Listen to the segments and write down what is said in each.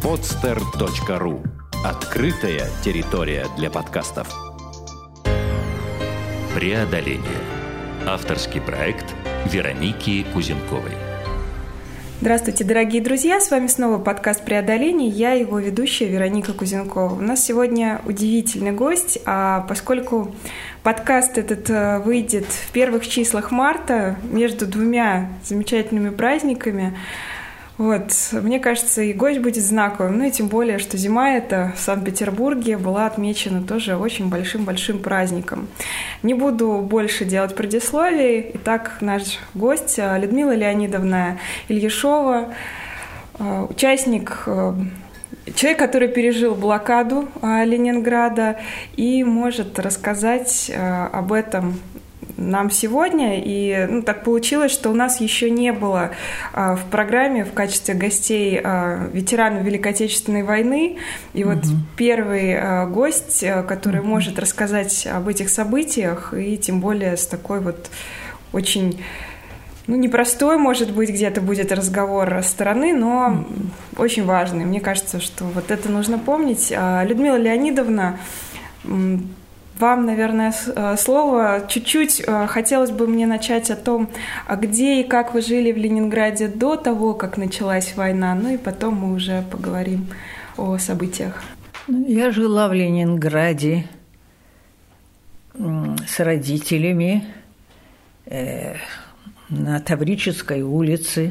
podster.ru. Открытая территория для подкастов. Преодоление. Авторский проект Вероники Кузенковой. Здравствуйте, дорогие друзья! С вами снова подкаст «Преодоление». Я его ведущая Вероника Кузенкова. У нас сегодня удивительный гость, поскольку подкаст этот выйдет в первых числах марта между двумя замечательными праздниками. Мне кажется, и гость будет знаковым, и тем более, что зима эта в Санкт-Петербурге была отмечена тоже очень большим-большим праздником. Не буду больше делать предисловий. Итак, наш гость Людмила Леонидовна Ильяшова, человек, который пережил блокаду Ленинграда и может рассказать об этом нам сегодня. И так получилось, что у нас еще не было в программе в качестве гостей ветеранов Великой Отечественной войны. И первый гость, который может рассказать об этих событиях, и тем более с такой очень непростой, может быть, где-то будет разговор стороны, но очень важный. Мне кажется, что это нужно помнить. Людмила Леонидовна, вам, наверное, слово. Чуть-чуть хотелось бы мне начать о том, где и как вы жили в Ленинграде до того, как началась война, и потом мы уже поговорим о событиях. Я жила в Ленинграде с родителями на Таврической улице.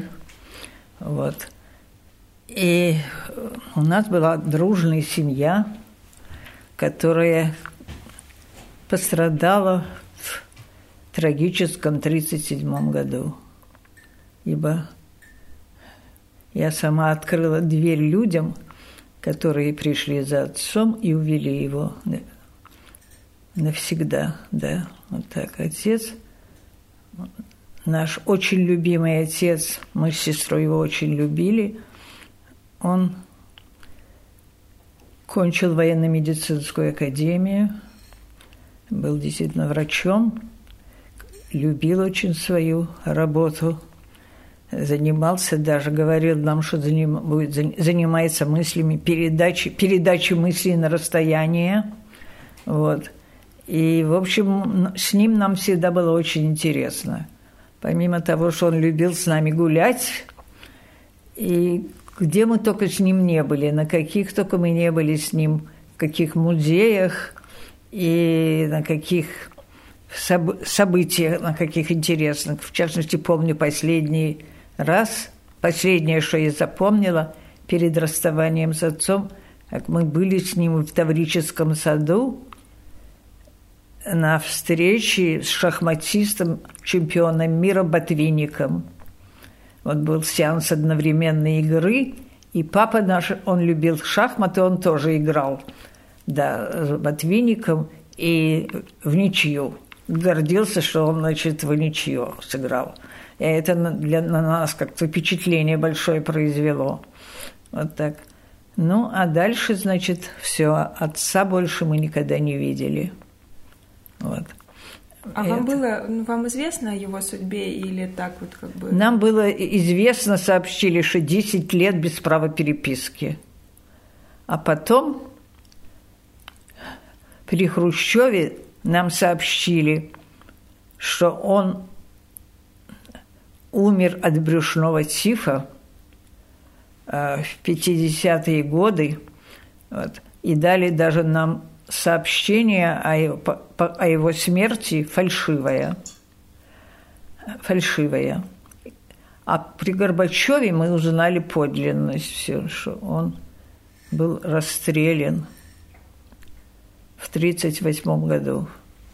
И у нас была дружная семья, которая пострадала в трагическом 1937 году, ибо я сама открыла дверь людям, которые пришли за отцом и увели его навсегда. Да, так. Отец, наш очень любимый отец, мы с сестрой его очень любили, он кончил военно-медицинскую академию, был действительно врачом, любил очень свою работу, занимался, даже говорил нам, что занимается мыслями, передачей мыслей на расстояние. И, в общем, с ним нам всегда было очень интересно. Помимо того, что он любил с нами гулять, и где мы только с ним не были, на каких только мы не были с ним, в каких музеях, и на каких событиях, на каких интересных. В частности, помню последнее, что я запомнила перед расставанием с отцом, как мы были с ним в Таврическом саду на встрече с шахматистом, чемпионом мира Ботвинником. Был сеанс одновременной игры, и папа наш, он любил шахматы, он тоже играл. Да, с Ботвинником и в ничью. Гордился, что он, в ничью сыграл. И это на нас как-то впечатление большое произвело. Так. А дальше, все. Отца больше мы никогда не видели. Вам известно о его судьбе или так Нам было известно, сообщили, что 10 лет без права переписки. А потом при Хрущеве нам сообщили, что он умер от брюшного тифа в 50-е годы, и дали даже нам сообщение о его смерти фальшивое. А при Горбачеве мы узнали подлинность, все, что он был расстрелян в 1938 году.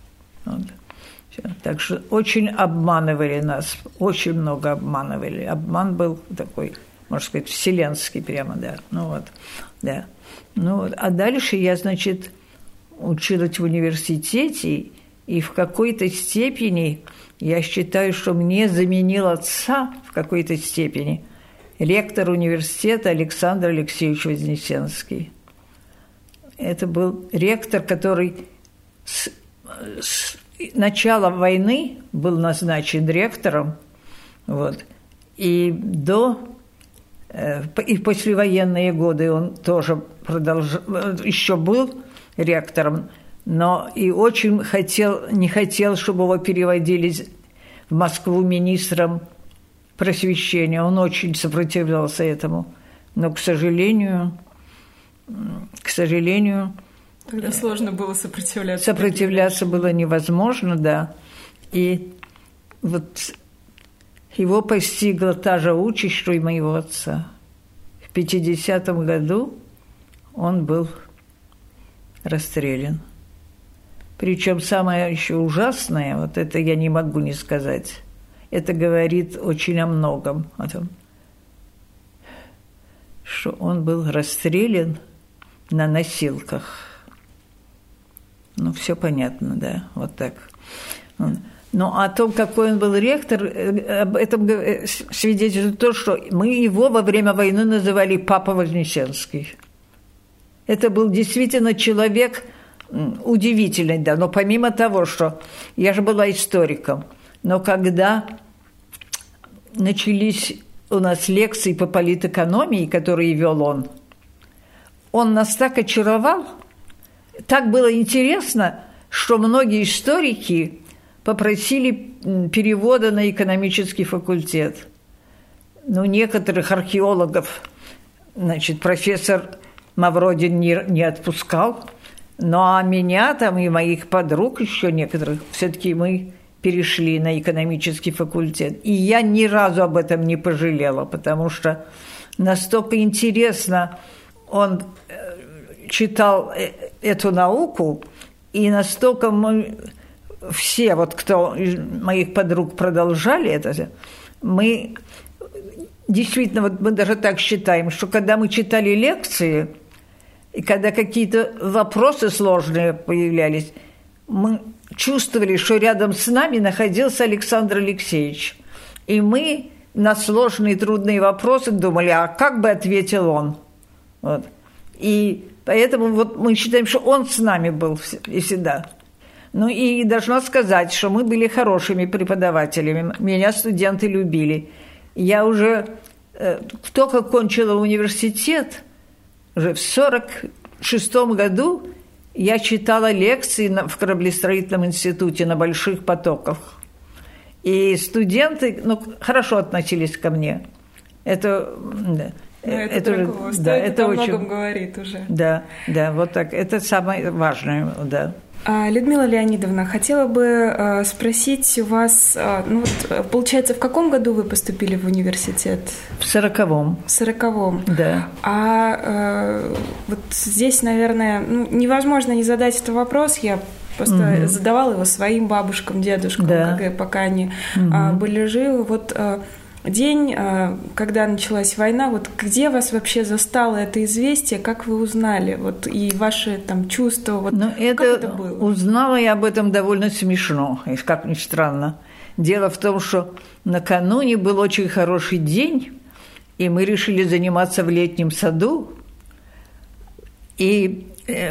Так что очень обманывали нас, очень много обманывали. Обман был такой, можно сказать, вселенский прямо, да. Да. А дальше я, училась в университете, и в какой-то степени я считаю, что мне заменил отца в какой-то степени ректор университета Александр Алексеевич Вознесенский. Это был ректор, который с начала войны был назначен ректором, и до И в послевоенные годы он тоже еще был ректором, но и очень не хотел, чтобы его переводили в Москву министром просвещения. Он очень сопротивлялся этому. Но, к сожалению... Тогда сложно было сопротивляться. Сопротивляться было невозможно, да. И вот его постигла та же участь, что и моего отца. В 50-м году он был расстрелян. Причем самое еще ужасное, вот это я не могу не сказать, это говорит очень о многом, о том, что он был расстрелян на носилках. Ну, все понятно, да, вот так. Но о том, какой он был ректор, об этом свидетельствует то, что мы его во время войны называли Папа Вознесенский. Это был действительно человек удивительный, да, но помимо того, что я же была историком, но когда начались у нас лекции по политэкономии, которые вел он нас так очаровал, так было интересно, что многие историки попросили перевода на экономический факультет. Ну, некоторых археологов, значит, профессор Мавродин не отпускал, ну, а меня там и моих подруг еще некоторых, все-таки мы перешли на экономический факультет. И я ни разу об этом не пожалела, потому что настолько интересно он читал эту науку, и настолько мы все, вот кто из моих подруг продолжали это, мы действительно, вот мы даже так считаем, что когда мы читали лекции, и когда какие-то вопросы сложные появлялись, мы чувствовали, что рядом с нами находился Александр Алексеевич. И мы на сложные трудные вопросы думали, а как бы ответил он? Вот. И поэтому вот мы считаем, что он с нами был и всегда. Ну и должна сказать, что мы были хорошими преподавателями. Меня студенты любили. Я уже только кончила университет, уже в 1946 году я читала лекции в кораблестроительном институте на больших потоках. И студенты хорошо относились ко мне. Это о многом говорит уже. Да, вот так. Это самое важное, да. Людмила Леонидовна, хотела бы спросить у вас, получается, в каком году вы поступили в университет? В 40-м. В 40-м? Да. Вот здесь, наверное, невозможно не задать этот вопрос. Я просто задавала его своим бабушкам, дедушкам, пока они были живы. Вот день, когда началась война, вот где вас вообще застало это известие, как вы узнали, вот и ваши там чувства, вот как это было? Узнала я об этом довольно смешно, как ни странно. Дело в том, что накануне был очень хороший день, и мы решили заниматься в летнем саду, и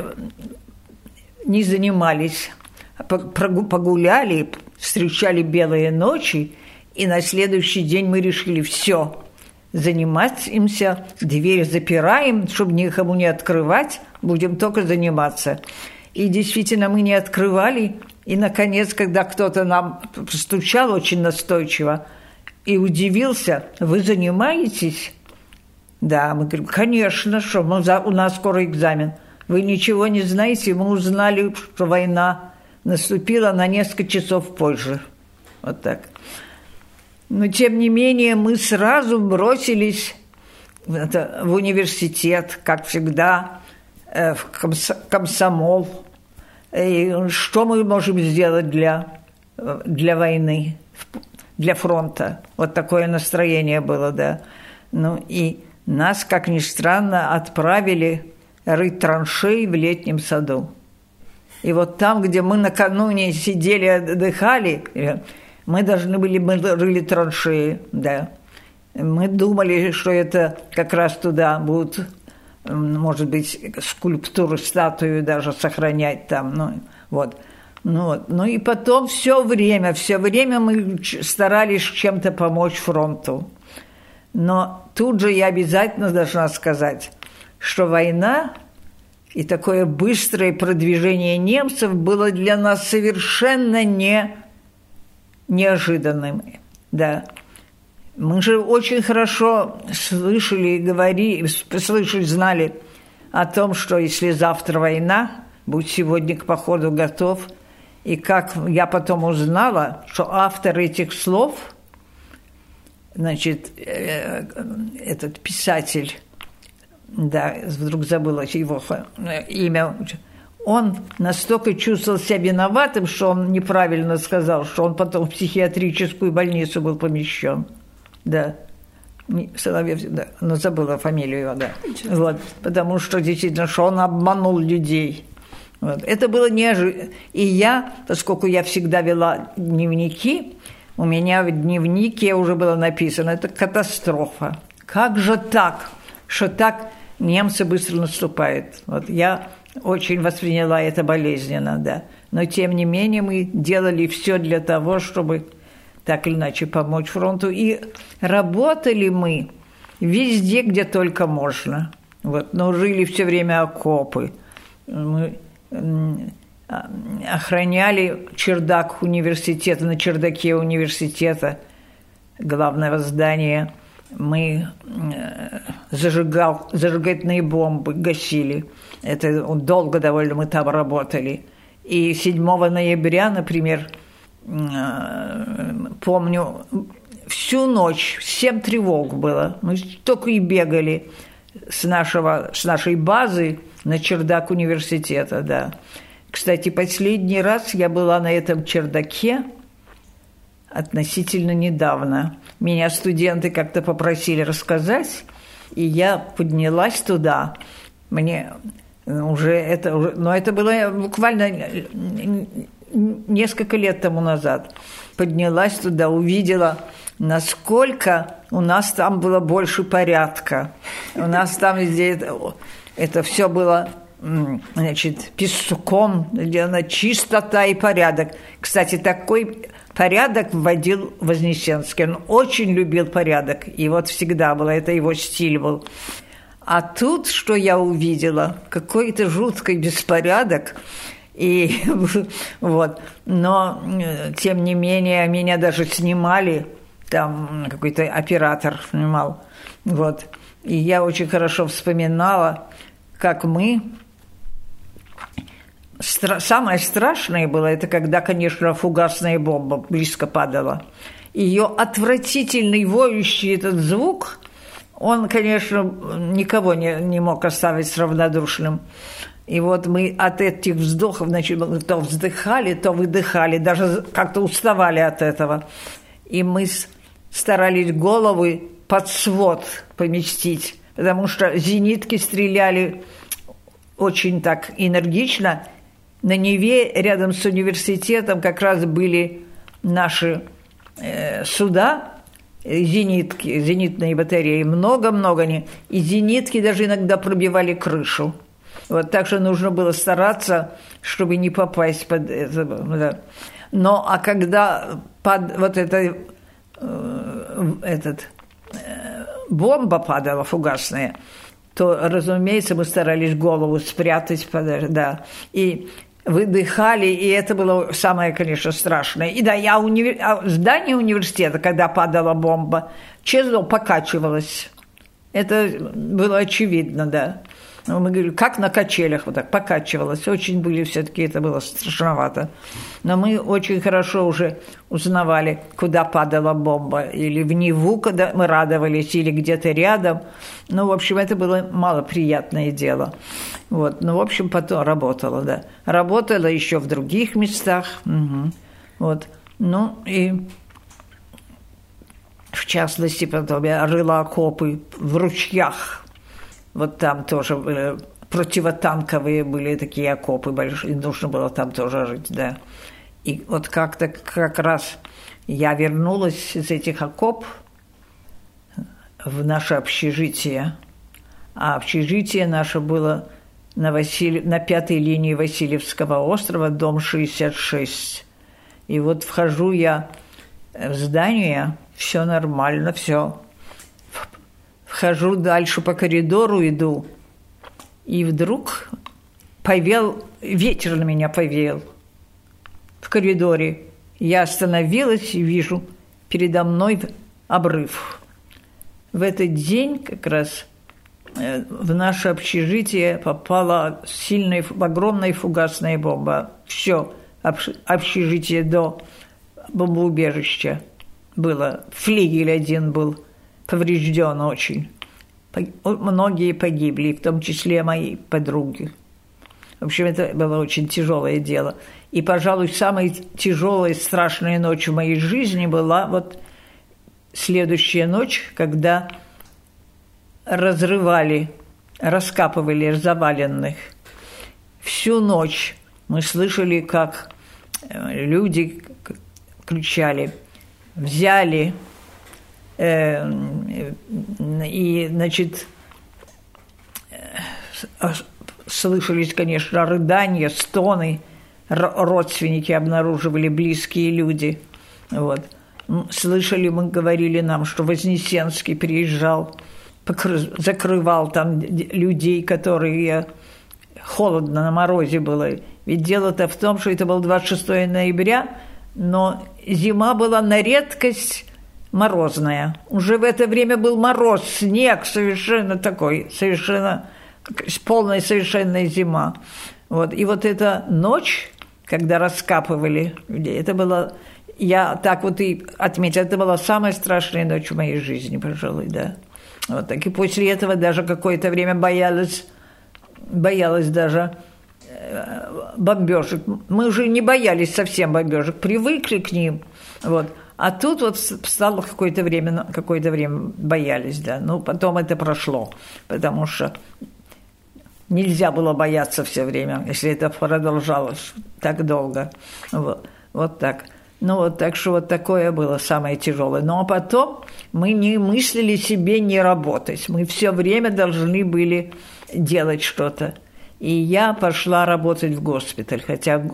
не занимались, погуляли, встречали белые ночи. И на следующий день мы решили все, занимаемся, дверь запираем, чтобы никому не открывать, будем только заниматься. И действительно мы не открывали, и, наконец, когда кто-то нам постучал очень настойчиво и удивился, вы занимаетесь? Да, мы говорим, конечно, что у нас скоро экзамен. Вы ничего не знаете, мы узнали, что война наступила на несколько часов позже. Вот так. Но, тем не менее, мы сразу бросились в университет, как всегда, в комсомол. И что мы можем сделать для войны, для фронта? Вот такое настроение было, да. Ну, и нас, как ни странно, отправили рыть траншеи в летнем саду. И вот там, где мы накануне сидели, отдыхали, мы рыли траншеи, да. Мы думали, что это как раз туда будут, может быть, скульптуру, статую даже сохранять там, Ну и потом все время мы старались чем-то помочь фронту. Но тут же я обязательно должна сказать, что война и такое быстрое продвижение немцев было для нас совершенно неожиданным. Да. Мы же очень хорошо знали о том, что если завтра война, будь сегодня к походу готов. И как я потом узнала, что автор этих слов, значит, этот писатель, да, вдруг забыла его имя, он настолько чувствовал себя виноватым, что он неправильно сказал, что он потом в психиатрическую больницу был помещен. Да. Соловьев, да, но забыла фамилию его, да. Вот, потому что действительно, что он обманул людей. Вот. Это было неожиданно. И я, поскольку я всегда вела дневники, у меня в дневнике уже было написано, это катастрофа. Как же так, что так немцы быстро наступают? Вот я очень восприняла это болезненно, да. Но тем не менее мы делали все для того, чтобы так или иначе помочь фронту. И работали мы везде, где только можно. Вот. Но жили все время окопы. Мы охраняли чердак университета, на чердаке университета, главного здания. Мы зажигательные бомбы гасили. Это долго довольно мы там работали. И 7 ноября, например, помню, всю ночь 7 тревог было. Мы только и бегали с нашей базы на чердак университета, да. Кстати, последний раз я была на этом чердаке относительно недавно. Меня студенты как-то попросили рассказать, и я поднялась туда. Мне но это было буквально несколько лет тому назад. Поднялась туда, увидела, насколько у нас там было больше порядка. У нас там везде это все было, значит, песком, чистота и порядок. Кстати, такой порядок вводил Вознесенский. Он очень любил порядок. И вот всегда было, это его стиль был. А тут, что я увидела, какой-то жуткий беспорядок. И вот. Но, тем не менее, меня даже снимали, там какой-то оператор снимал. Вот. И я очень хорошо вспоминала, как мы... Самое страшное было, это когда, конечно, фугасная бомба близко падала. Ее отвратительный воющий этот звук, он, конечно, никого не мог оставить равнодушным. И вот мы от этих вздохов, значит, то вздыхали, то выдыхали, даже как-то уставали от этого. И мы старались головы под свод поместить, потому что зенитки стреляли очень так энергично. На Неве рядом с университетом как раз были наши суда, зенитки, зенитные батареи, много-много. И зенитки даже иногда пробивали крышу. Вот так что нужно было стараться, чтобы не попасть под это. Да. Но а когда под вот бомба падала фугасная, то, разумеется, мы старались голову спрятать, да, и выдыхали, и это было самое, конечно, страшное. И да, здание университета, когда падала бомба, честно, покачивалось. Это было очевидно, да. Мы говорили, как на качелях, вот так покачивалось. Очень были все-таки, это было страшновато. Но мы очень хорошо уже узнавали, куда падала бомба. Или в Неву, когда мы радовались, или где-то рядом. Ну, в общем, это было малоприятное дело. Вот. Ну, в общем, потом работала, да. Работала еще в других местах. Угу. Вот. Ну, и в частности, потом я рыла окопы в ручьях. Вот там тоже противотанковые были такие окопы большие, нужно было там тоже жить, да. И вот как-то как раз я вернулась из этих окопов в наше общежитие. А общежитие наше было на 5-й линии Васильевского острова, дом 66. И вот вхожу я в здание, все нормально, все в хожу дальше по коридору, иду, и вдруг ветер на меня повеял в коридоре. Я остановилась и вижу передо мной обрыв. В этот день как раз в наше общежитие попала огромная фугасная бомба. Все общежитие до бомбоубежища было. Флигель один был поврежден очень. Многие погибли, в том числе мои подруги. В общем, это было очень тяжелое дело. И, пожалуй, самая тяжелая, страшная ночь в моей жизни была вот следующая ночь, когда раскапывали заваленных. Всю ночь мы слышали, как люди кричали: взяли. И, значит, слышались, конечно, рыдания, стоны. Родственники обнаруживали, близкие люди. Вот. Слышали, говорили нам, что Вознесенский приезжал, закрывал там людей, которые... Холодно, на морозе было. Ведь дело-то в том, что это был 26 ноября, но зима была на редкость морозная. Уже в это время был мороз, снег совершенно такой, совершенно полная совершенная зима. Вот. И вот эта ночь, когда раскапывали людей, это было, я так вот и отметила, это была самая страшная ночь в моей жизни, пожалуй, да. Вот так. И после этого даже какое-то время боялась даже бомбежек. Мы уже не боялись совсем бомбежек, привыкли к ним. Вот. А тут вот стало какое-то время боялись, да. Ну, потом это прошло, потому что нельзя было бояться все время, если это продолжалось так долго. Вот так. Ну, вот так что вот такое было самое тяжелое. Ну, а потом мы не мыслили себе не работать. Мы все время должны были делать что-то. И я пошла работать в госпиталь, хотя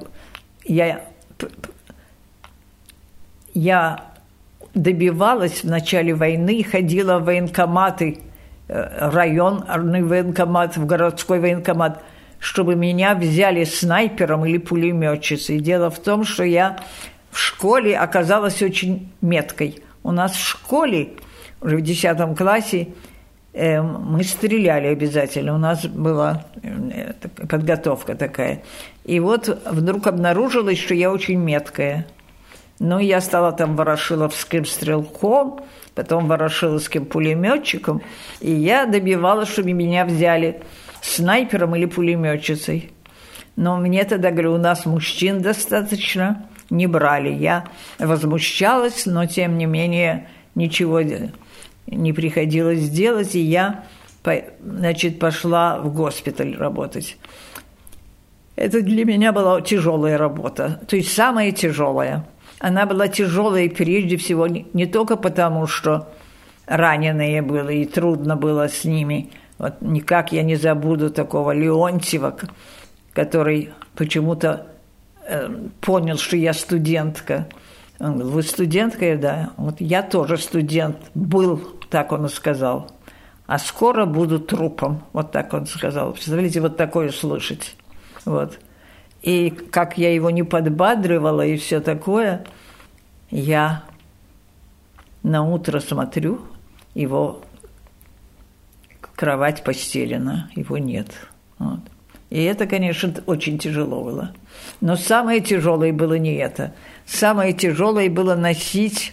я добивалась в начале войны, ходила в военкоматы, районный военкомат, в городской военкомат, чтобы меня взяли снайпером или пулемётчицей. Дело в том, что я в школе оказалась очень меткой. У нас в школе, уже в 10 классе, мы стреляли обязательно. У нас была подготовка такая. И вот вдруг обнаружилось, что я очень меткая. Ну, я стала там ворошиловским стрелком, потом ворошиловским пулемётчиком, и я добивалась, чтобы меня взяли снайпером или пулемётчицей. Но мне тогда, говорю, у нас мужчин достаточно, не брали. Я возмущалась, но, тем не менее, ничего не приходилось делать, и я, значит, пошла в госпиталь работать. Это для меня была тяжелая работа, то есть самая тяжелая. Она была тяжелой прежде всего не только потому, что раненые были, и трудно было с ними. Вот никак я не забуду такого Леонтьева, который почему-то понял, что я студентка. Он говорит: вы студентка? Да. Вот я тоже студент был, так он и сказал. А скоро буду трупом. Вот так он сказал. Представляете, вот такое слышать. Вот. И как я его не подбадривала и все такое, я на утро смотрю, его кровать постелена, его нет. Вот. И это, конечно, очень тяжело было. Но самое тяжелое было не это. Самое тяжелое было носить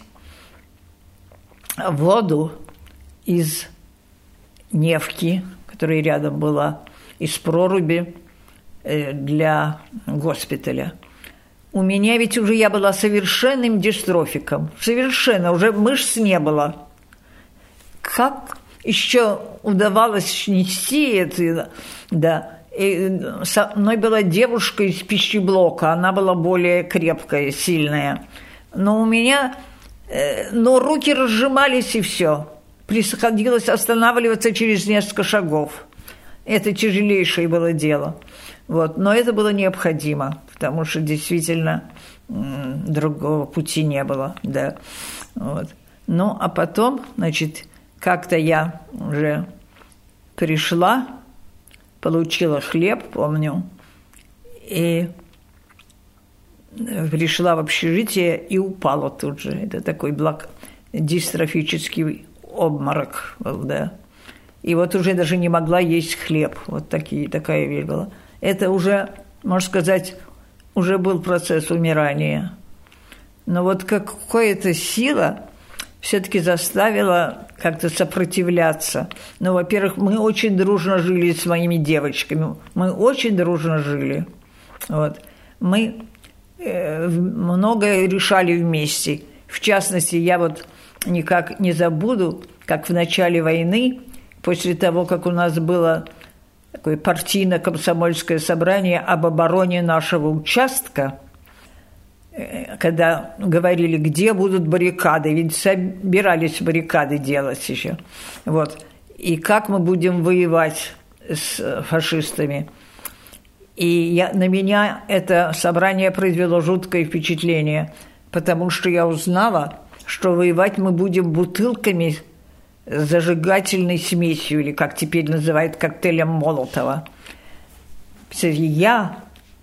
воду из Невки, которая рядом была, из проруби для госпиталя. У меня ведь уже я была совершенным дистрофиком. Совершенно, уже мышц не было. Как еще удавалось нести это, да. И со мной была девушка из пищеблока, она была более крепкая, сильная. Но у меня, руки разжимались и все. Приходилось останавливаться через несколько шагов. Это тяжелейшее было дело. Вот. Но это было необходимо, потому что действительно другого пути не было. Да. Вот. Ну, а потом, значит, как-то я уже пришла, получила хлеб, помню, и пришла в общежитие и упала тут же. Это такой дистрофический обморок был, да. И вот уже даже не могла есть хлеб. Вот такая вещь была. Это уже, можно сказать, уже был процесс умирания. Но вот какая-то сила все-таки заставила как-то сопротивляться. Ну, во-первых, мы очень дружно жили с моими девочками. Мы очень дружно жили. Вот. Мы многое решали вместе. В частности, я вот никак не забуду, как в начале войны, после того, как у нас было такое партийно-комсомольское собрание об обороне нашего участка, когда говорили, где будут баррикады, ведь собирались баррикады делать еще. Вот. И как мы будем воевать с фашистами. И на меня это собрание произвело жуткое впечатление, потому что я узнала, что воевать мы будем бутылками с зажигательной смесью, или как теперь называют, коктейлем Молотова. Я,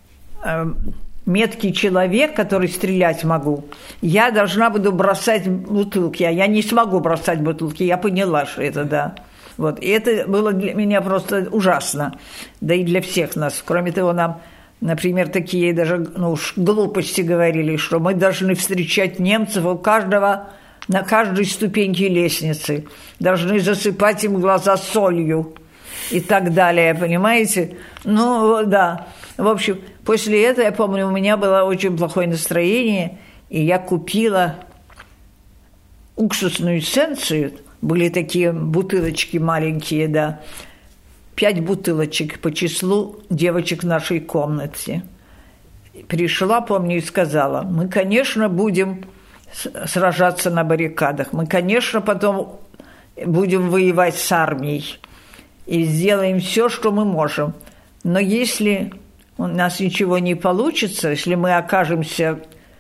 меткий человек, который стрелять могу, я должна буду бросать бутылки, а я не смогу бросать бутылки, я поняла, что это, да. Вот. И это было для меня просто ужасно, да и для всех нас. Кроме того, нам, например, такие даже глупости говорили, что мы должны встречать немцев у каждого на каждой ступеньке лестницы, должны засыпать им глаза солью и так далее, понимаете? Ну, да. В общем, после этого, я помню, у меня было очень плохое настроение, и я купила уксусную эссенцию. Были такие бутылочки маленькие, да. 5 бутылочек по числу девочек в нашей комнате. Пришла, помню, и сказала, мы, конечно, будем сражаться на баррикадах, мы, конечно, потом будем воевать с армией и сделаем все, что мы можем. Но если у нас ничего не получится, если мы окажемся,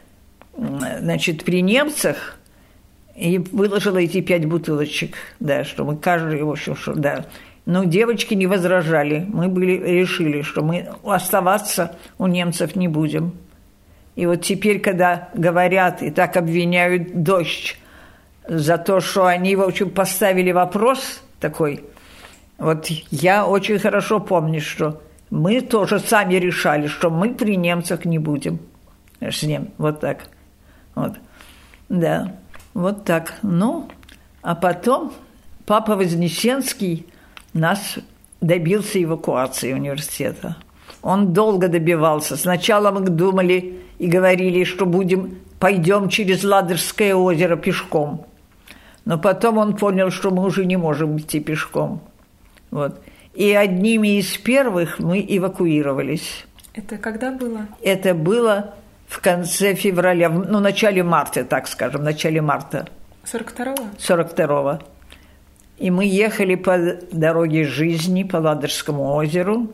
значит, при немцах, и выложила эти 5 бутылочек, да, что мы каждый, в общем, что, да. Но девочки не возражали. Мы решили, что мы оставаться у немцев не будем. И вот теперь, когда говорят и так обвиняют «Дождь» за то, что они, в общем, поставили вопрос такой, вот я очень хорошо помню, что мы тоже сами решали, что мы при немцах не будем. С ним, вот так. Вот. Да. Вот так. Ну, а потом папа Вознесенский нас добился эвакуации университета. Он долго добивался. Сначала мы думали и говорили, что пойдем через Ладожское озеро пешком. Но потом он понял, что мы уже не можем идти пешком. Вот. И одними из первых мы эвакуировались. Это когда было? Это было в конце февраля, в начале марта, так скажем, в начале марта. 42-го? 42-го. И мы ехали по дороге жизни, по Ладожскому озеру.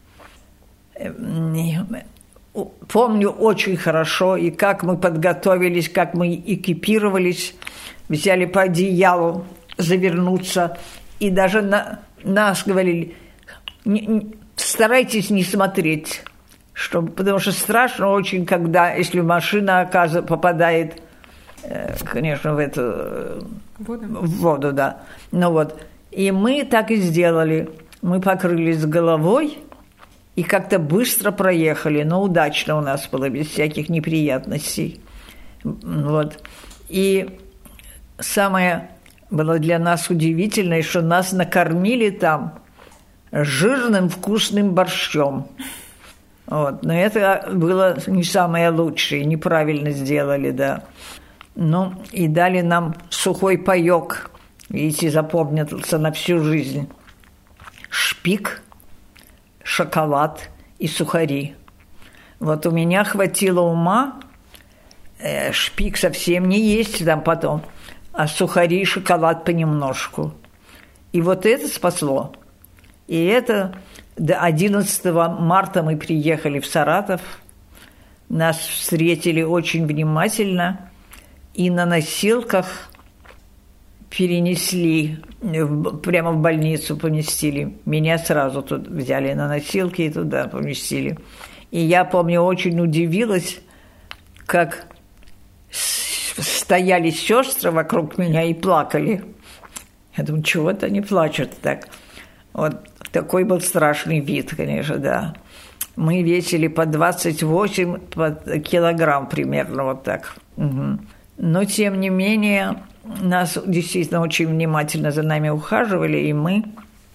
Помню очень хорошо, и как мы подготовились, как мы экипировались, взяли по одеялу завернуться, и даже нас говорили, старайтесь не смотреть, потому что страшно очень, если машина попадает, конечно, в воду, да. Ну вот, и мы так и сделали. Мы покрылись головой и как-то быстро проехали, но удачно у нас было, без всяких неприятностей. Вот. И самое было для нас удивительное, что нас накормили там жирным вкусным борщом. Вот. Но это было не самое лучшее, неправильно сделали, да. Ну, и дали нам сухой паёк, видите, запомнился на всю жизнь. Шпик, шоколад и сухари. Вот у меня хватило ума шпик совсем не есть там потом, а сухари и шоколад понемножку. И вот это спасло. И это до 11 марта мы приехали в Саратов. Нас встретили очень внимательно. И на носилках перенесли, прямо в больницу поместили. Меня сразу тут взяли на носилки и туда поместили. И я помню, очень удивилась, как стояли сестры вокруг меня и плакали. Я думаю, чего-то они плачут так. Вот такой был страшный вид, конечно, да. Мы весили по 28 килограмм примерно, вот так. Угу. Но, тем не менее, нас действительно очень внимательно за нами ухаживали, и мы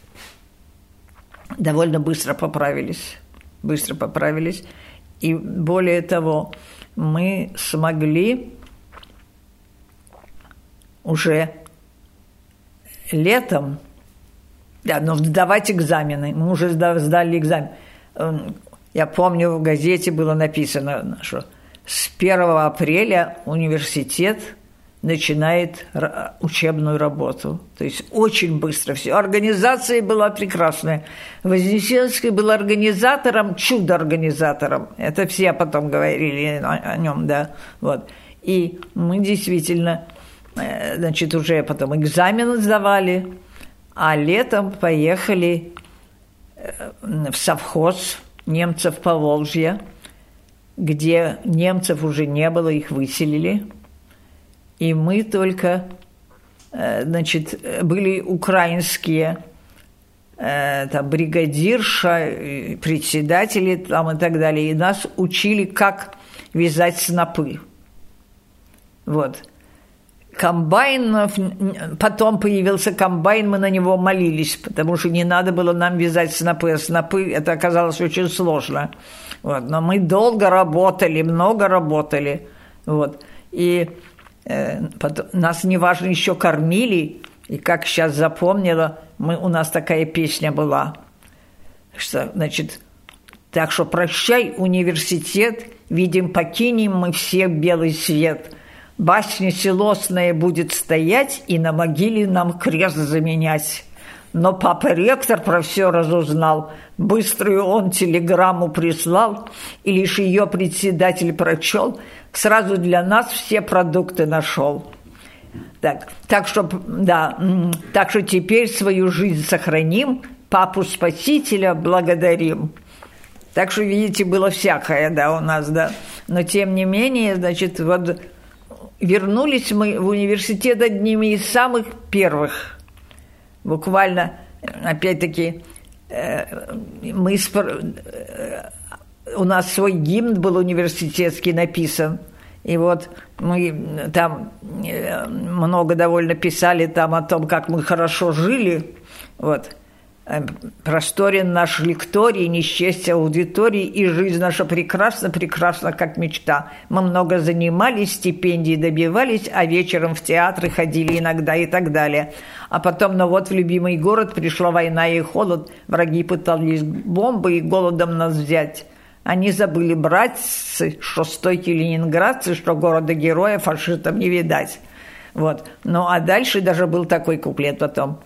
довольно быстро поправились. И более того, мы смогли уже летом сдавать экзамены. Мы уже сдали экзамен. Я помню, в газете было написано, что с 1 апреля университет начинает учебную работу. То есть очень быстро все. Организация была прекрасная. Вознесенский был организатором, чудо-организатором. Это все потом говорили о нем, да. Вот. И мы действительно, уже потом экзамены сдавали, а летом поехали в совхоз немцев Поволжья, где немцев уже не было, их выселили. И мы только, были украинские бригадирша, председатели там и так далее. И нас учили, как вязать снопы. Вот. Комбайн, потом появился комбайн, мы на него молились, потому что не надо было нам вязать снопы. Снопы, это оказалось очень сложно. Вот. Но мы долго работали, много работали. Вот. И потом, нас, неважно, еще кормили. И как сейчас запомнила, у нас такая песня была, что, так что прощай, университет, видим, покинем мы все белый свет. Башня селосная будет стоять, и на могиле нам крест заменять. Но папа-ректор про все разузнал, быструю он телеграмму прислал, и лишь ее председатель прочел, сразу для нас все продукты нашел. Так что теперь свою жизнь сохраним, папу-спасителя благодарим. Так что, видите, было всякое, у нас, Но, тем не менее, вернулись мы в университет одними из самых первых. Буквально, опять-таки, у нас свой гимн был университетский написан. И вот мы там много довольно писали там о том, как мы хорошо жили. Вот. Просторен наш лекторий, не счесть аудитории, и жизнь наша прекрасна, прекрасна, как мечта. Мы много занимались, стипендии добивались, а вечером в театры ходили иногда и так далее. А потом, в любимый город пришла война и холод, враги пытались бомбы и голодом нас взять. Они забыли, братцы, что стойки ленинградцы, что города-героя фашистам не видать. Вот. А дальше даже был такой куплет потом.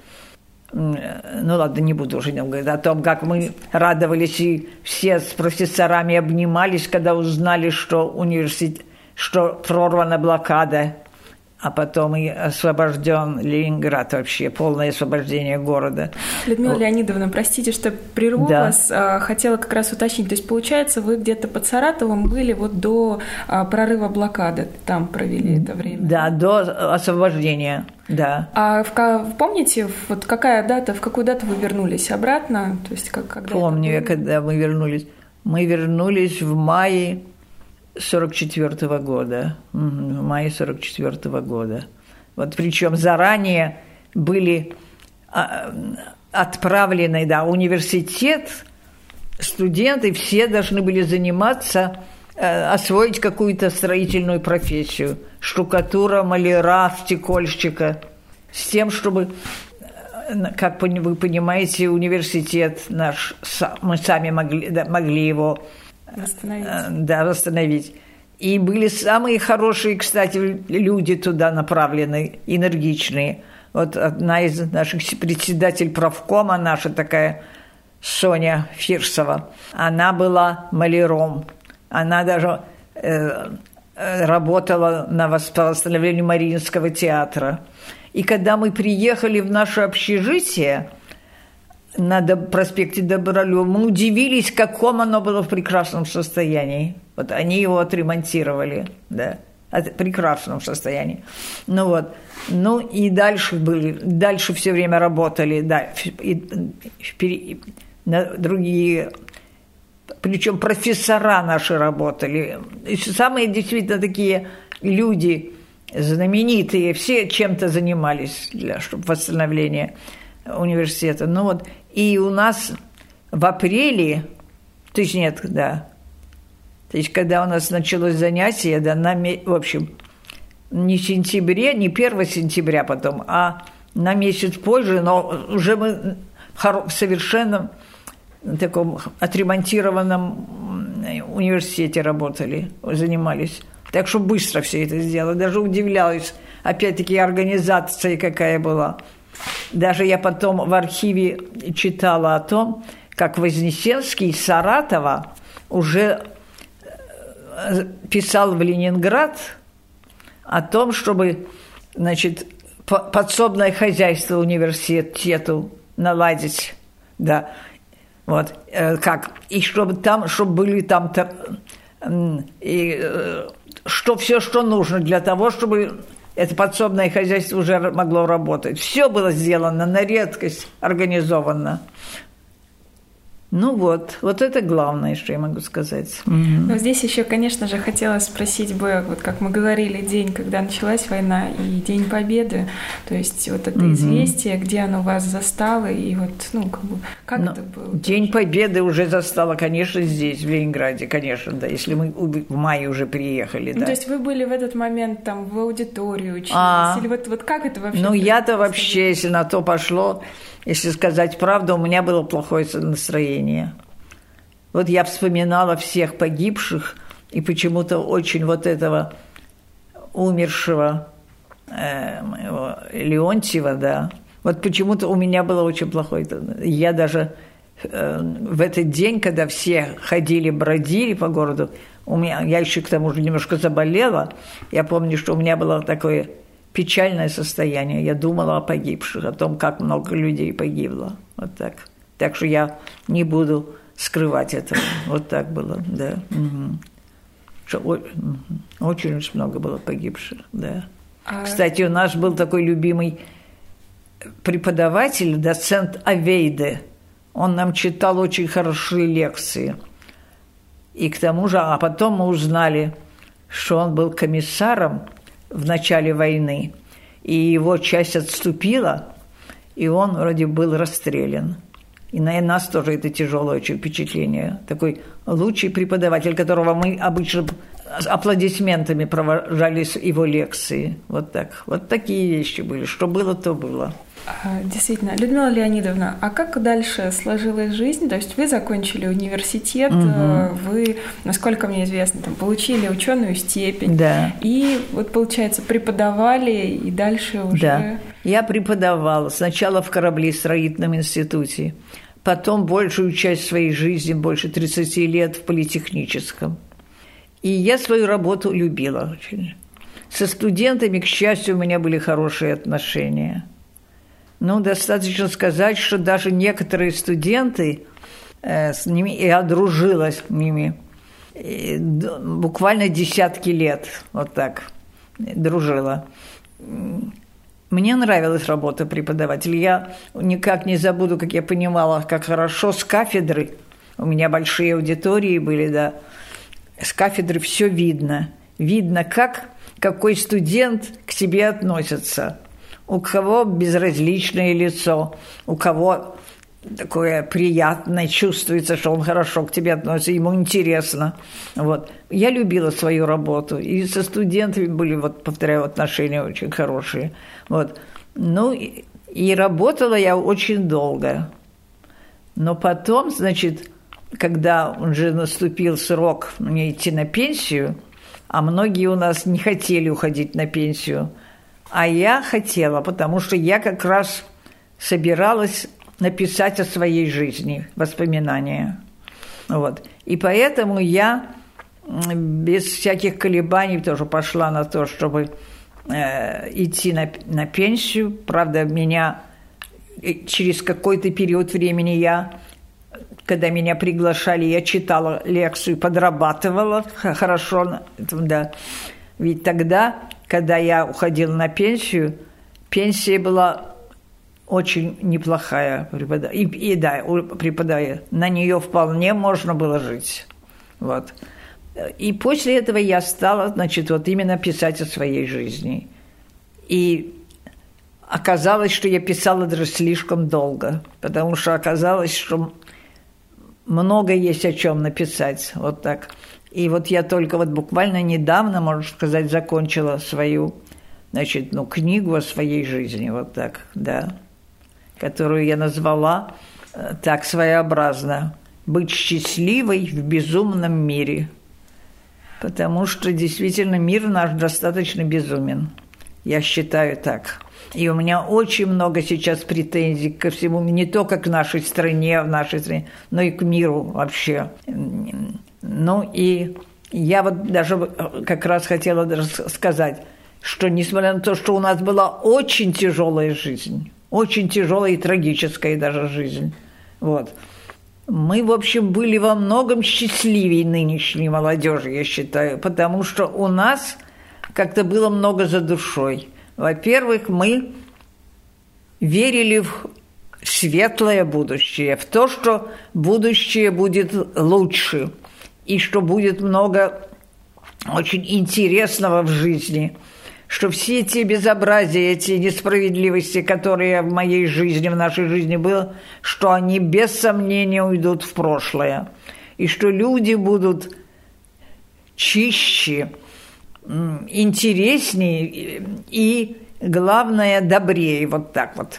Ладно, не буду уже говорить о том, как мы радовались и все с профессорами обнимались, когда узнали, что прорвана блокада, а потом и освобожден Ленинград вообще, полное освобождение города. Людмила Леонидовна, простите, что прерву вас, хотела как раз уточнить. То есть, получается, вы где-то под Саратовом были до прорыва блокады, там провели это время? Да, до освобождения, да. А помните, какая дата, в какую дату вы вернулись обратно? То есть, когда помню, когда мы вернулись. Мы вернулись в мае 44-го года. В мае 44-го года. Причем заранее были отправлены, университет, студенты все должны были заниматься, освоить какую-то строительную профессию. Штукатура, маляра, стекольщика. С тем, чтобы, как вы понимаете, университет наш, мы сами могли его восстановить. И были самые хорошие, кстати, люди туда направлены, энергичные. Одна из наших председатель правкома, наша такая Соня Фирсова, она была маляром. Она даже работала на восстановлении Мариинского театра. И когда мы приехали в наше общежитие на проспекте Добролюбова, мы удивились, в каком оно было в прекрасном состоянии. Вот они его отремонтировали, да, в прекрасном состоянии. Ну вот, ну и дальше все время работали, да, другие, причем профессора наши работали. И самые действительно такие люди знаменитые, все чем-то занимались для восстановления университета. Ну вот, и у нас в апреле, то есть нет, да, то есть когда у нас началось занятие, да, в общем, не в сентябре, не 1 сентября потом, а на месяц позже, но уже мы в совершенно таком отремонтированном университете работали, занимались. Так что быстро все это сделала. Даже удивлялась, опять-таки, организация какая была. Даже я потом в архиве читала о том, как Вознесенский из Саратова уже писал в Ленинград о том, чтобы, значит, подсобное хозяйство университету наладить, да, вот, как, и чтобы были там, что все, что нужно для того, чтобы это подсобное хозяйство уже могло работать. Все было сделано на редкость, организовано. Ну вот это главное, что я могу сказать. Но здесь еще, конечно же, хотелось спросить бы, вот как мы говорили, день, когда началась война, и День Победы, то есть вот это известие, где оно вас застало, и вот, ну, как это было? День Победы уже застало, конечно, здесь, в Ленинграде, конечно, да, если мы в мае уже приехали, да. Ну, то есть вы были в этот момент там в аудитории учились, или вот как это вообще? Ну, я-то вообще, если на то пошло, если сказать правду, у меня было плохое настроение. Вот я вспоминала всех погибших, и почему-то очень вот этого умершего Леонтьева, да, вот почему-то у меня было очень плохое. Я даже в этот день, когда все ходили, бродили по городу, я еще к тому же немножко заболела, я помню, что у меня было такое печальное состояние. Я думала о погибших, о том, как много людей погибло. Вот так. Так что я не буду скрывать этого. Вот так было, да. Очень много было погибших, да. Кстати, у нас был такой любимый преподаватель, доцент Авейде. Он нам читал очень хорошие лекции. И к тому же, а потом мы узнали, что он был комиссаром в начале войны, и его часть отступила, и он вроде был расстрелян. И на нас тоже это тяжелое очень впечатление. Такой лучший преподаватель, которого мы обычно аплодисментами провожали его лекции. Вот так. Вот такие вещи были. Что было, то было. Действительно. Людмила Леонидовна, а как дальше сложилась жизнь? То есть вы закончили университет, вы, насколько мне известно, там, получили ученую степень. Да. И вот, получается, преподавали, и дальше уже... Да. Я преподавала сначала в кораблестроительном институте, потом большую часть своей жизни, больше 30 лет в политехническом. И я свою работу любила очень. Со студентами, к счастью, у меня были хорошие отношения. Ну, достаточно сказать, что даже некоторые студенты, с ними я дружила с ними буквально десятки лет, вот так, дружила. Мне нравилась работа преподавателя. Я никак не забуду, как я понимала, как хорошо с кафедры, у меня большие аудитории были, да, с кафедры все видно. Видно, какой студент к тебе относится. У кого безразличное лицо, у кого такое приятное, чувствуется, что он хорошо к тебе относится, ему интересно. Вот. Я любила свою работу, и со студентами были, вот, повторяю, отношения очень хорошие. Вот. Ну, и работала я очень долго. Но потом, значит, когда уже наступил срок мне идти на пенсию, а многие у нас не хотели уходить на пенсию, а я хотела, потому что я как раз собиралась написать о своей жизни, воспоминания. Вот. И поэтому я без всяких колебаний тоже пошла на то, чтобы идти на пенсию. Правда, меня через какой-то период времени когда меня приглашали, я читала лекцию, подрабатывала хорошо. Да. Ведь тогда, когда я уходила на пенсию, пенсия была очень неплохая. Преподавая. На нее вполне можно было жить. Вот. И после этого я стала, именно писать о своей жизни. И оказалось, что я писала даже слишком долго, потому что оказалось, что много есть о чем написать. Вот так. И вот я только буквально недавно, можно сказать, закончила свою, книгу о своей жизни. Вот так, да. Которую я назвала так своеобразно «Быть счастливой в безумном мире». Потому что действительно мир наш достаточно безумен. Я считаю так. И у меня очень много сейчас претензий ко всему, не только к нашей стране, но и к миру вообще. Ну и я даже как раз хотела сказать, что несмотря на то, что у нас была очень тяжелая жизнь, очень тяжелая и трагическая даже жизнь, мы, в общем, были во многом счастливее нынешней молодежи, я считаю, потому что у нас как-то было много за душой. Во-первых, мы верили в светлое будущее, в то, что будущее будет лучше, и что будет много очень интересного в жизни, что все эти безобразия, эти несправедливости, которые в моей жизни, в нашей жизни были, что они без сомнения уйдут в прошлое, и что люди будут чище, интереснее и, главное, добрее, вот так вот.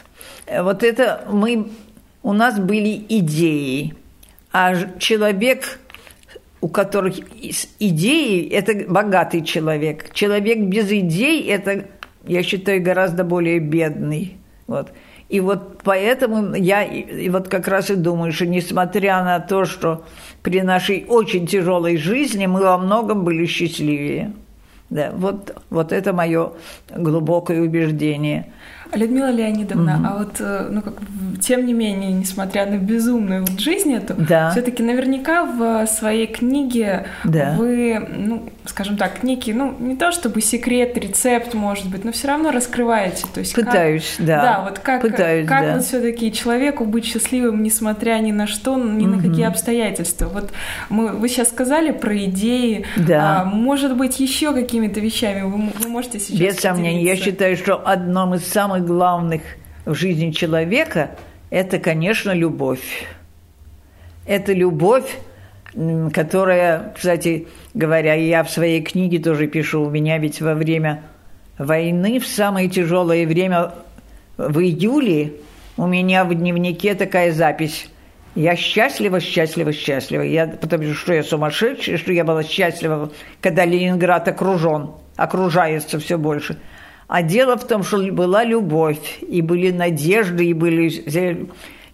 У нас были идеи, а человек, у которых идеи, это богатый человек. Человек без идей, это, я считаю, гораздо более бедный. И поэтому я как раз и думаю, что несмотря на то, что при нашей очень тяжелой жизни мы во многом были счастливее. Да, вот это мое глубокое убеждение. Людмила Леонидовна, тем не менее, несмотря на безумную жизнь эту, все-таки наверняка в своей книге вы, скажем так, некий, не то чтобы секрет, рецепт, может быть, но все равно раскрываете. То есть пытаюсь, как все-таки человеку быть счастливым, несмотря ни на что, ни на какие обстоятельства. Вы сейчас сказали про идеи, может быть, еще какими-то вещами вы можете сейчас без сомнения, я считаю, что одном из самых главных в жизни человека – это, конечно, любовь. Это любовь, которая, кстати говоря, я в своей книге тоже пишу, у меня ведь во время войны, в самое тяжелое время, в июле, у меня в дневнике такая запись: «Я счастлива, счастлива, счастлива». Потому что я сумасшедшая, что я была счастлива, когда Ленинград окружается все больше. А дело в том, что была любовь, и были надежды, и были...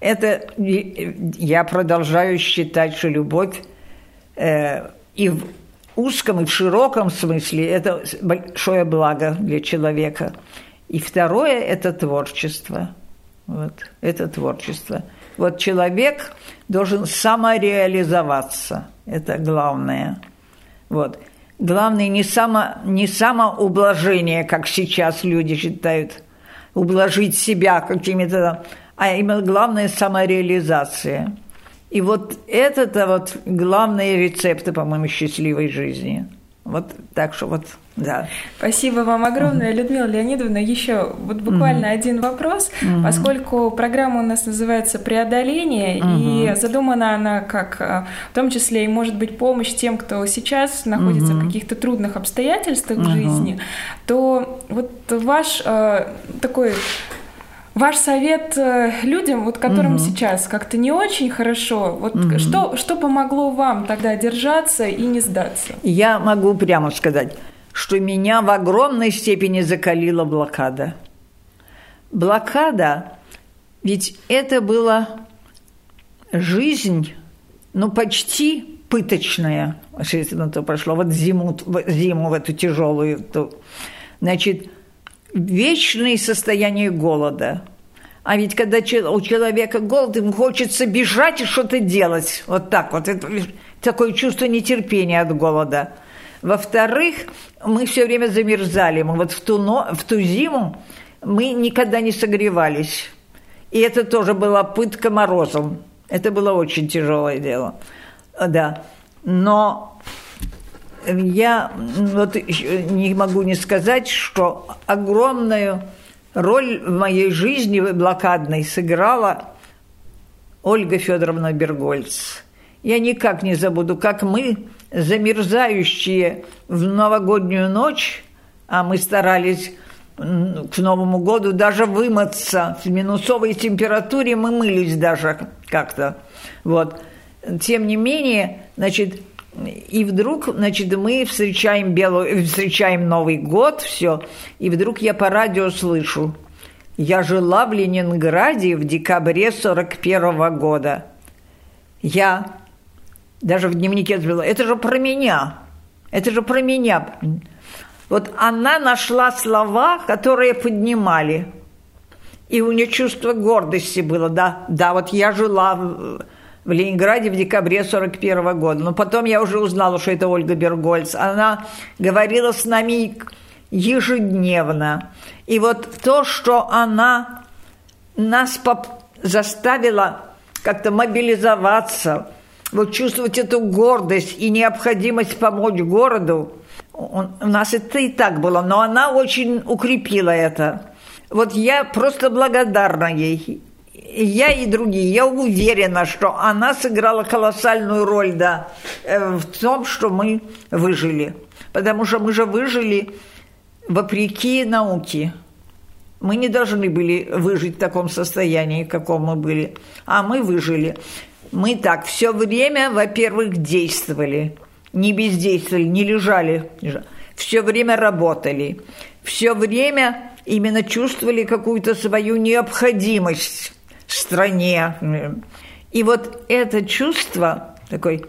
Я продолжаю считать, что любовь и в узком, и в широком смысле это большое благо для человека. И второе – это творчество. Это творчество. Человек должен самореализоваться. Это главное. Главное не самоублажение, как сейчас люди считают, ублажить себя какими-то, а именно главное самореализация. И это главные рецепты, по-моему, счастливой жизни. Так что да. Спасибо вам огромное, Людмила Леонидовна. Еще буквально один вопрос. Поскольку программа у нас называется «Преодоление», и задумана она как, в том числе, и может быть помощь тем, кто сейчас находится в каких-то трудных обстоятельствах в жизни, то ваш совет людям, которым сейчас как-то не очень хорошо, что помогло вам тогда держаться и не сдаться? Я могу прямо сказать, что меня в огромной степени закалила блокада. Блокада, ведь это была жизнь, почти пыточное, если на то прошло, вот зиму в эту тяжелую, значит, вечное состояние голода. А ведь когда у человека голод, ему хочется бежать и что-то делать. Вот так вот. Это такое чувство нетерпения от голода. Во-вторых, мы все время замерзали. Мы вот в ту зиму мы никогда не согревались. И это тоже была пытка морозом. Это было очень тяжелое дело. Да. Но я вот не могу не сказать, что огромную роль в моей жизни блокадной сыграла Ольга Федоровна Бергольц. Я никак не забуду, как мы, замерзающие в новогоднюю ночь, а мы старались к Новому году даже вымыться, в минусовой температуре мы мылись даже как-то. Вот. Тем не менее, значит, и вдруг, значит, мы встречаем Новый год, все, и вдруг я по радио слышу: я жила в Ленинграде в декабре 1941 года. Я даже в дневнике забила: это же про меня, это же про меня. Вот она нашла слова, которые поднимали, и у нее чувство гордости было, да, вот я жила в Ленинграде в декабре 1941 года. Но потом я уже узнала, что это Ольга Бергольц. Она говорила с нами ежедневно. И вот то, что она нас заставила как-то мобилизоваться, вот чувствовать эту гордость и необходимость помочь городу, у нас это и так было, но она очень укрепила это. Вот я просто благодарна ей. Я и другие, я уверена, что она сыграла колоссальную роль, да, в том, что мы выжили. Потому что мы же выжили вопреки науке. Мы не должны были выжить в таком состоянии, в каком мы были. А мы выжили. Мы так все время, во-первых, действовали. Не бездействовали, не лежали. Все время работали. Все время именно чувствовали какую-то свою необходимость в стране. И вот это чувство такой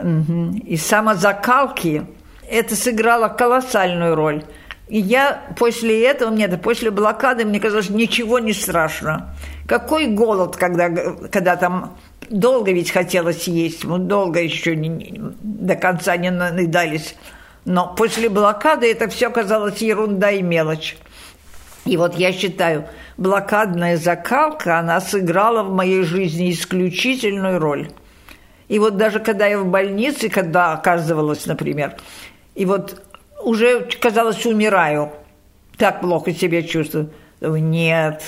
и самозакалки, это сыграло колоссальную роль. И я после этого, после блокады, мне казалось, ничего не страшно. Какой голод, когда там долго ведь хотелось есть, мы долго еще до конца не наедались. Но после блокады это все казалось ерунда и мелочь. И вот я считаю, блокадная закалка, она сыграла в моей жизни исключительную роль. И вот даже когда я в больнице, когда оказывалась, например, и вот уже, казалось, умираю, так плохо себя чувствую. Нет,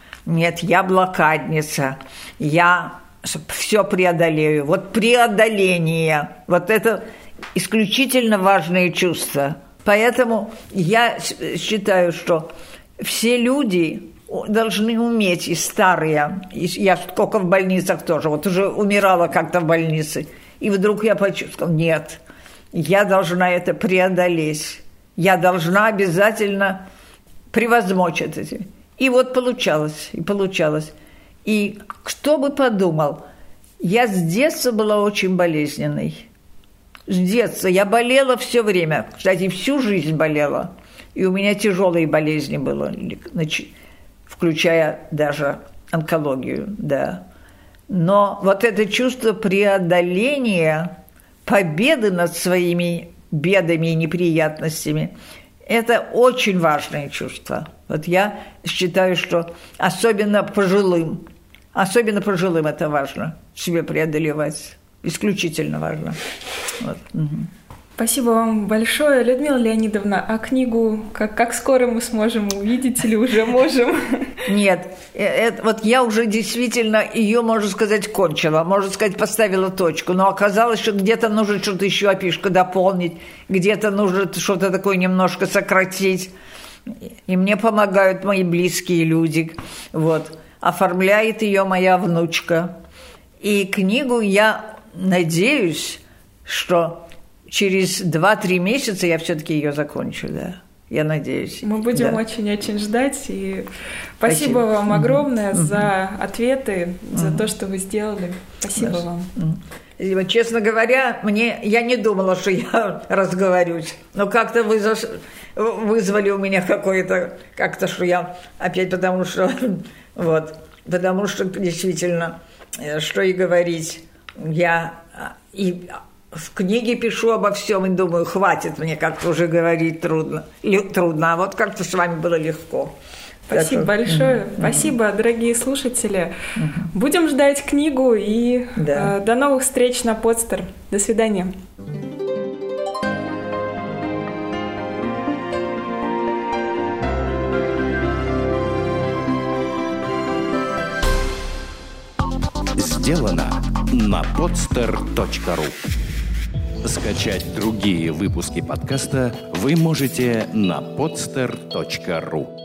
я блокадница, я все преодолею. Вот преодоление, вот это исключительно важное чувство. Поэтому я считаю, что все люди должны уметь, и старые, я сколько в больницах тоже, вот уже умирала как-то в больнице, и вдруг я почувствовала, нет, я должна это преодолеть, я должна обязательно превозмочь это. И вот получалось. И кто бы подумал, я с детства была очень болезненной. С детства я болела все время, кстати, всю жизнь болела. И у меня тяжелые болезни было, включая даже онкологию, да. Но вот это чувство преодоления, победы над своими бедами и неприятностями, это очень важное чувство. Вот я считаю, что особенно пожилым это важно, себе преодолевать, исключительно важно. Вот. Угу. Спасибо вам большое, Людмила Леонидовна. А книгу как скоро мы сможем увидеть или уже можем? Нет, вот я уже действительно ее, можно сказать, кончила, можно сказать, поставила точку, но оказалось, что где-то нужно что-то еще опишку дополнить, где-то нужно что-то такое немножко сократить. И мне помогают мои близкие люди. Вот. Оформляет ее моя внучка. И книгу я надеюсь, что через 2-3 месяца я все-таки ее закончу, да. Я надеюсь. Мы будем очень-очень ждать. И спасибо вам огромное за ответы, за то, что вы сделали. Спасибо вам. Честно говоря, я не думала, что я разговорюсь. Но как-то вызвали у меня как-то, что я опять, потому что действительно, что и говорить, я и в книге пишу обо всем и думаю, хватит мне как-то уже говорить трудно, а вот как-то с вами было легко. Спасибо большое. Спасибо, дорогие слушатели. Будем ждать книгу и до новых встреч на Подстер. До свидания. Сделано на podster.ru. Скачать другие выпуски подкаста вы можете на podster.ru.